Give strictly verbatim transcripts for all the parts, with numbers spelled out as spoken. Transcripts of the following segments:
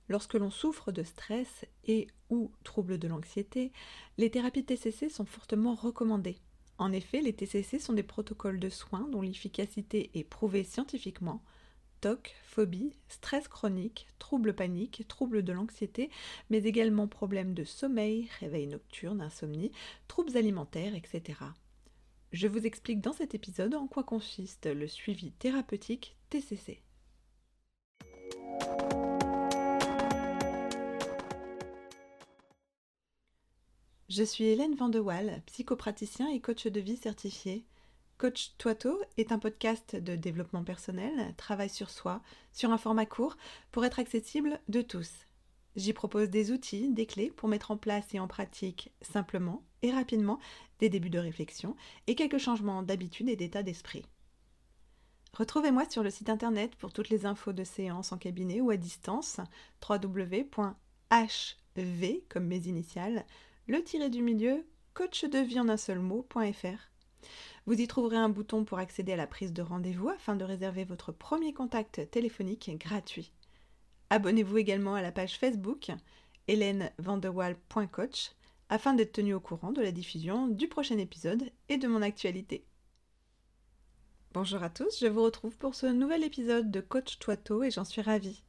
Lorsque l'on souffre de stress et ou troubles de l'anxiété, les thérapies T C C sont fortement recommandées. En effet, les T C C sont des protocoles de soins dont l'efficacité est prouvée scientifiquement. T O C, phobie, stress chronique, troubles paniques, troubles de l'anxiété, mais également problèmes de sommeil, réveil nocturne, insomnie, troubles alimentaires, et cetera. Je vous explique dans cet épisode en quoi consiste le suivi thérapeutique T C C. Je suis Hélène Van de Waal, psychopraticien et coach de vie certifié. Coach Toito est un podcast de développement personnel, travail sur soi, sur un format court, pour être accessible de tous. J'y propose des outils, des clés pour mettre en place et en pratique simplement et rapidement des débuts de réflexion et quelques changements d'habitude et d'état d'esprit. Retrouvez-moi sur le site internet pour toutes les infos de séances en cabinet ou à distance, w w w point h v comme mes initiales, le tiré du milieu, coach de vie en un seul mot.fr. Vous y trouverez un bouton pour accéder à la prise de rendez-vous afin de réserver votre premier contact téléphonique gratuit. Abonnez-vous également à la page Facebook hélène van de waal point coach afin d'être tenu au courant de la diffusion du prochain épisode et de mon actualité. Bonjour à tous, je vous retrouve pour ce nouvel épisode de Coach Toito et j'en suis ravie.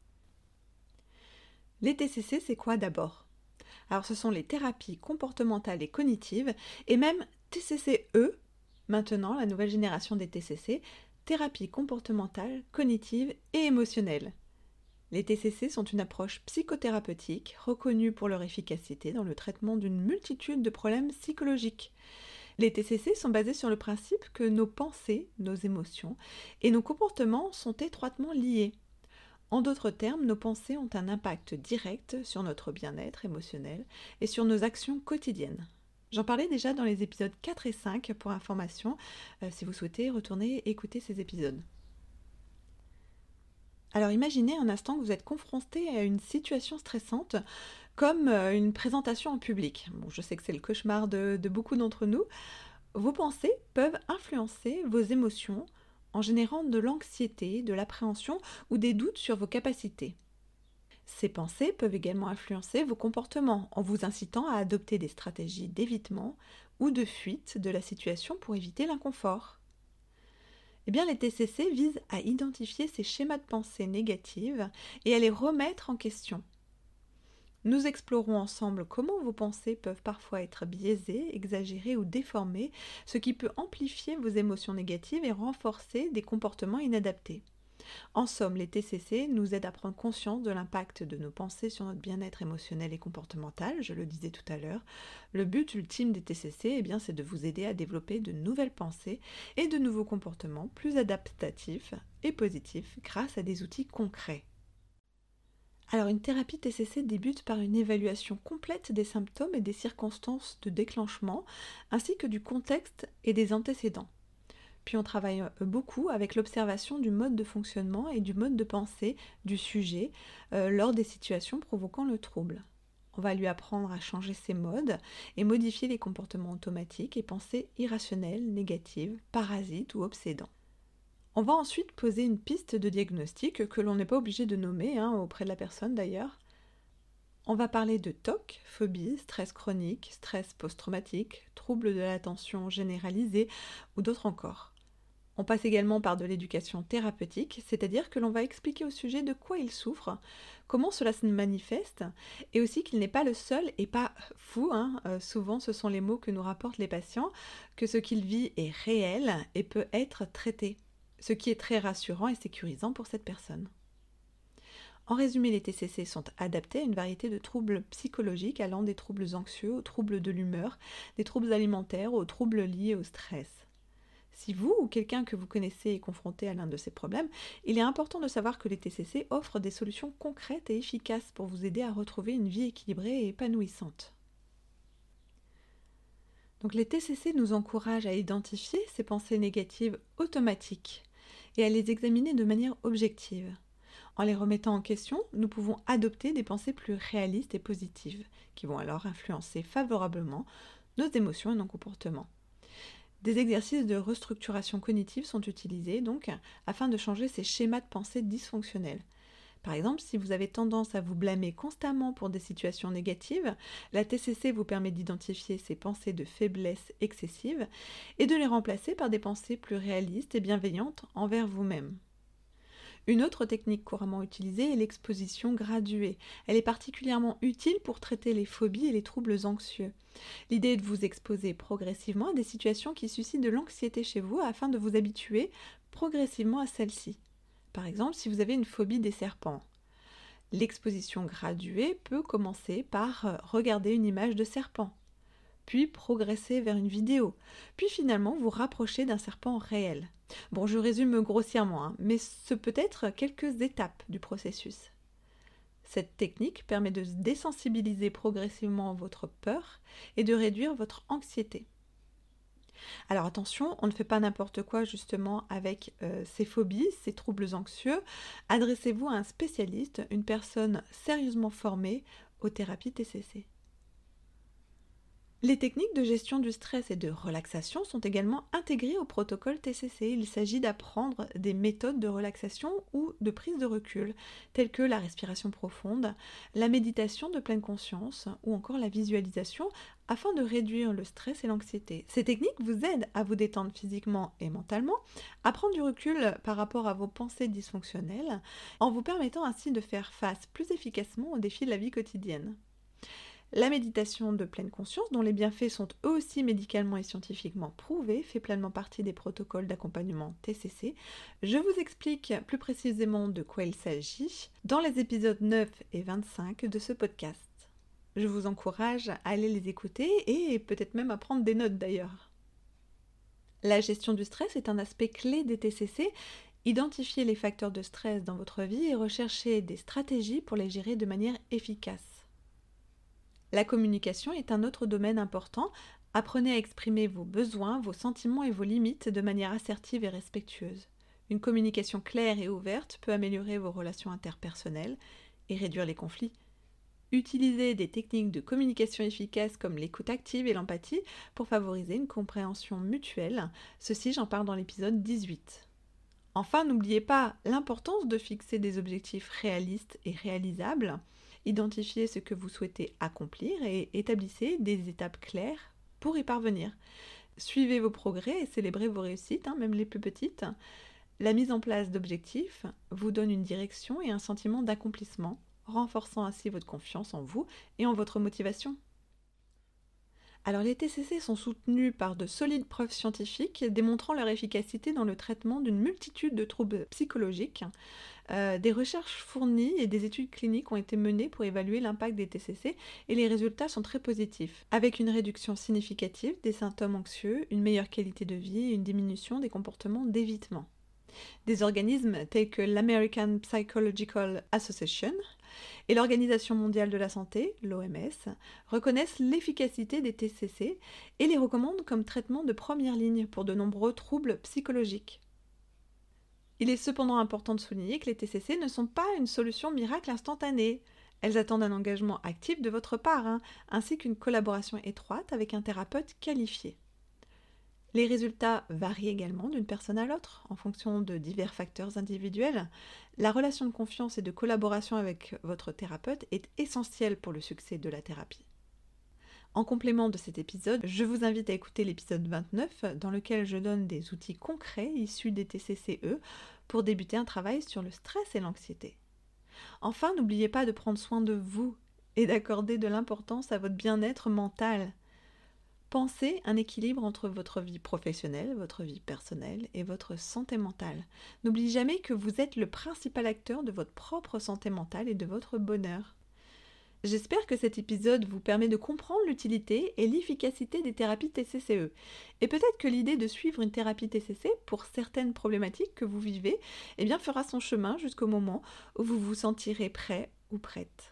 Les T C C, c'est quoi d'abord ? Alors ce sont les thérapies comportementales et cognitives et même T C C E, maintenant la nouvelle génération des T C C, thérapie comportementale, cognitive et émotionnelle. Les T C C sont une approche psychothérapeutique reconnue pour leur efficacité dans le traitement d'une multitude de problèmes psychologiques. Les T C C sont basés sur le principe que nos pensées, nos émotions et nos comportements sont étroitement liés. En d'autres termes, nos pensées ont un impact direct sur notre bien-être émotionnel et sur nos actions quotidiennes. J'en parlais déjà dans les épisodes quatre et cinq pour information, euh, si vous souhaitez retourner écouter ces épisodes. Alors imaginez un instant que vous êtes confronté à une situation stressante, comme euh, une présentation en public. Bon, je sais que c'est le cauchemar de, de beaucoup d'entre nous. Vos pensées peuvent influencer vos émotions, en générant de l'anxiété, de l'appréhension ou des doutes sur vos capacités. Ces pensées peuvent également influencer vos comportements en vous incitant à adopter des stratégies d'évitement ou de fuite de la situation pour éviter l'inconfort. Eh bien, les T C C visent à identifier ces schémas de pensée négatives et à les remettre en question. Nous explorons ensemble comment vos pensées peuvent parfois être biaisées, exagérées ou déformées, ce qui peut amplifier vos émotions négatives et renforcer des comportements inadaptés. En somme, les T C C nous aident à prendre conscience de l'impact de nos pensées sur notre bien-être émotionnel et comportemental, je le disais tout à l'heure. Le but ultime des T C C, eh bien, c'est de vous aider à développer de nouvelles pensées et de nouveaux comportements plus adaptatifs et positifs grâce à des outils concrets. Alors une thérapie T C C débute par une évaluation complète des symptômes et des circonstances de déclenchement, ainsi que du contexte et des antécédents. Puis on travaille beaucoup avec l'observation du mode de fonctionnement et du mode de pensée du sujet euh, lors des situations provoquant le trouble. On va lui apprendre à changer ses modes et modifier les comportements automatiques et pensées irrationnelles, négatives, parasites ou obsédants. On va ensuite poser une piste de diagnostic que l'on n'est pas obligé de nommer, hein, auprès de la personne d'ailleurs. On va parler de T O C, phobie, stress chronique, stress post-traumatique, troubles de l'attention généralisée ou d'autres encore. On passe également par de l'éducation thérapeutique, c'est-à-dire que l'on va expliquer au sujet de quoi il souffre, comment cela se manifeste, et aussi qu'il n'est pas le seul et pas fou, hein. Euh, souvent ce sont les mots que nous rapportent les patients, que ce qu'il vit est réel et peut être traité, ce qui est très rassurant et sécurisant pour cette personne. En résumé, les T C C sont adaptés à une variété de troubles psychologiques allant des troubles anxieux aux troubles de l'humeur, des troubles alimentaires aux troubles liés au stress. Si vous ou quelqu'un que vous connaissez est confronté à l'un de ces problèmes, il est important de savoir que les T C C offrent des solutions concrètes et efficaces pour vous aider à retrouver une vie équilibrée et épanouissante. Donc les T C C nous encouragent à identifier ces pensées négatives automatiques et à les examiner de manière objective. En les remettant en question, nous pouvons adopter des pensées plus réalistes et positives, qui vont alors influencer favorablement nos émotions et nos comportements. Des exercices de restructuration cognitive sont utilisés donc afin de changer ces schémas de pensée dysfonctionnels. Par exemple, si vous avez tendance à vous blâmer constamment pour des situations négatives, la T C C vous permet d'identifier ces pensées de faiblesse excessive et de les remplacer par des pensées plus réalistes et bienveillantes envers vous-même. Une autre technique couramment utilisée est l'exposition graduée. Elle est particulièrement utile pour traiter les phobies et les troubles anxieux. L'idée est de vous exposer progressivement à des situations qui suscitent de l'anxiété chez vous afin de vous habituer progressivement à celles-ci. Par exemple, si vous avez une phobie des serpents, l'exposition graduée peut commencer par regarder une image de serpent, puis progresser vers une vidéo, puis finalement vous rapprocher d'un serpent réel. Bon, je résume grossièrement, hein, mais ce peut être quelques étapes du processus. Cette technique permet de désensibiliser progressivement votre peur et de réduire votre anxiété. Alors attention, on ne fait pas n'importe quoi justement avec euh, ces phobies, ces troubles anxieux. Adressez-vous à un spécialiste, une personne sérieusement formée aux thérapies T C C. Les techniques de gestion du stress et de relaxation sont également intégrées au protocole T C C. Il s'agit d'apprendre des méthodes de relaxation ou de prise de recul, telles que la respiration profonde, la méditation de pleine conscience ou encore la visualisation, afin de réduire le stress et l'anxiété. Ces techniques vous aident à vous détendre physiquement et mentalement, à prendre du recul par rapport à vos pensées dysfonctionnelles, en vous permettant ainsi de faire face plus efficacement aux défis de la vie quotidienne. La méditation de pleine conscience, dont les bienfaits sont eux aussi médicalement et scientifiquement prouvés, fait pleinement partie des protocoles d'accompagnement T C C. Je vous explique plus précisément de quoi il s'agit dans les épisodes neuf et vingt-cinq de ce podcast. Je vous encourage à aller les écouter et peut-être même à prendre des notes d'ailleurs. La gestion du stress est un aspect clé des T C C. Identifiez les facteurs de stress dans votre vie et recherchez des stratégies pour les gérer de manière efficace. La communication est un autre domaine important. Apprenez à exprimer vos besoins, vos sentiments et vos limites de manière assertive et respectueuse. Une communication claire et ouverte peut améliorer vos relations interpersonnelles et réduire les conflits. Utilisez des techniques de communication efficaces comme l'écoute active et l'empathie pour favoriser une compréhension mutuelle. Ceci, j'en parle dans l'épisode dix-huit. Enfin, n'oubliez pas l'importance de fixer des objectifs réalistes et réalisables. Identifiez ce que vous souhaitez accomplir et établissez des étapes claires pour y parvenir. Suivez vos progrès et célébrez vos réussites, hein, même les plus petites. La mise en place d'objectifs vous donne une direction et un sentiment d'accomplissement, renforçant ainsi votre confiance en vous et en votre motivation. Alors les T C C sont soutenus par de solides preuves scientifiques démontrant leur efficacité dans le traitement d'une multitude de troubles psychologiques. Euh, des recherches fournies et des études cliniques ont été menées pour évaluer l'impact des T C C et les résultats sont très positifs, avec une réduction significative des symptômes anxieux, une meilleure qualité de vie et une diminution des comportements d'évitement. Des organismes tels que l'American Psychological Association et l'Organisation mondiale de la santé, l'O M S, reconnaissent l'efficacité des T C C et les recommandent comme traitement de première ligne pour de nombreux troubles psychologiques. Il est cependant important de souligner que les T C C ne sont pas une solution miracle instantanée. Elles attendent un engagement actif de votre part, hein, ainsi qu'une collaboration étroite avec un thérapeute qualifié. Les résultats varient également d'une personne à l'autre, en fonction de divers facteurs individuels. La relation de confiance et de collaboration avec votre thérapeute est essentielle pour le succès de la thérapie. En complément de cet épisode, je vous invite à écouter l'épisode vingt-neuf, dans lequel je donne des outils concrets issus des T C C E pour débuter un travail sur le stress et l'anxiété. Enfin, n'oubliez pas de prendre soin de vous et d'accorder de l'importance à votre bien-être mental. Pensez un équilibre entre votre vie professionnelle, votre vie personnelle et votre santé mentale. N'oubliez jamais que vous êtes le principal acteur de votre propre santé mentale et de votre bonheur. J'espère que cet épisode vous permet de comprendre l'utilité et l'efficacité des thérapies T C C E. Et peut-être que l'idée de suivre une thérapie T C C pour certaines problématiques que vous vivez, eh bien, fera son chemin jusqu'au moment où vous vous sentirez prêt ou prête.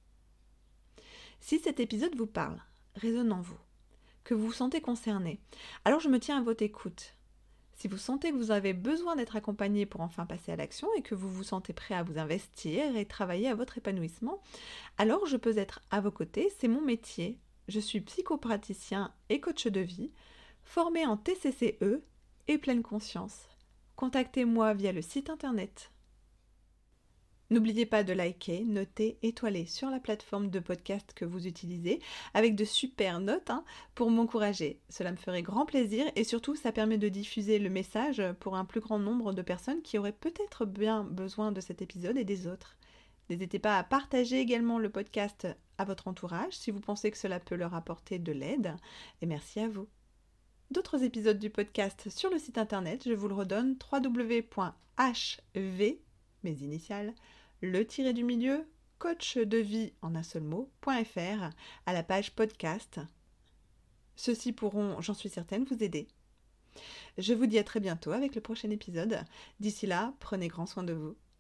Si cet épisode vous parle, résonne en vous, que vous vous sentez concerné, alors je me tiens à votre écoute. Si vous sentez que vous avez besoin d'être accompagné pour enfin passer à l'action et que vous vous sentez prêt à vous investir et travailler à votre épanouissement, alors je peux être à vos côtés, c'est mon métier. Je suis psychopraticien et coach de vie, formé en T C C E et pleine conscience. Contactez-moi via le site internet. N'oubliez pas de liker, noter, étoiler sur la plateforme de podcast que vous utilisez avec de super notes hein, pour m'encourager. Cela me ferait grand plaisir et surtout ça permet de diffuser le message pour un plus grand nombre de personnes qui auraient peut-être bien besoin de cet épisode et des autres. N'hésitez pas à partager également le podcast à votre entourage si vous pensez que cela peut leur apporter de l'aide. Et merci à vous. D'autres épisodes du podcast sur le site internet, je vous le redonne, w w w point h v, mes initiales, le tiré du milieu, coach de vie en un seul mot, .fr, à la page podcast. Ceux-ci pourront, j'en suis certaine, vous aider. Je vous dis à très bientôt avec le prochain épisode. D'ici là, prenez grand soin de vous.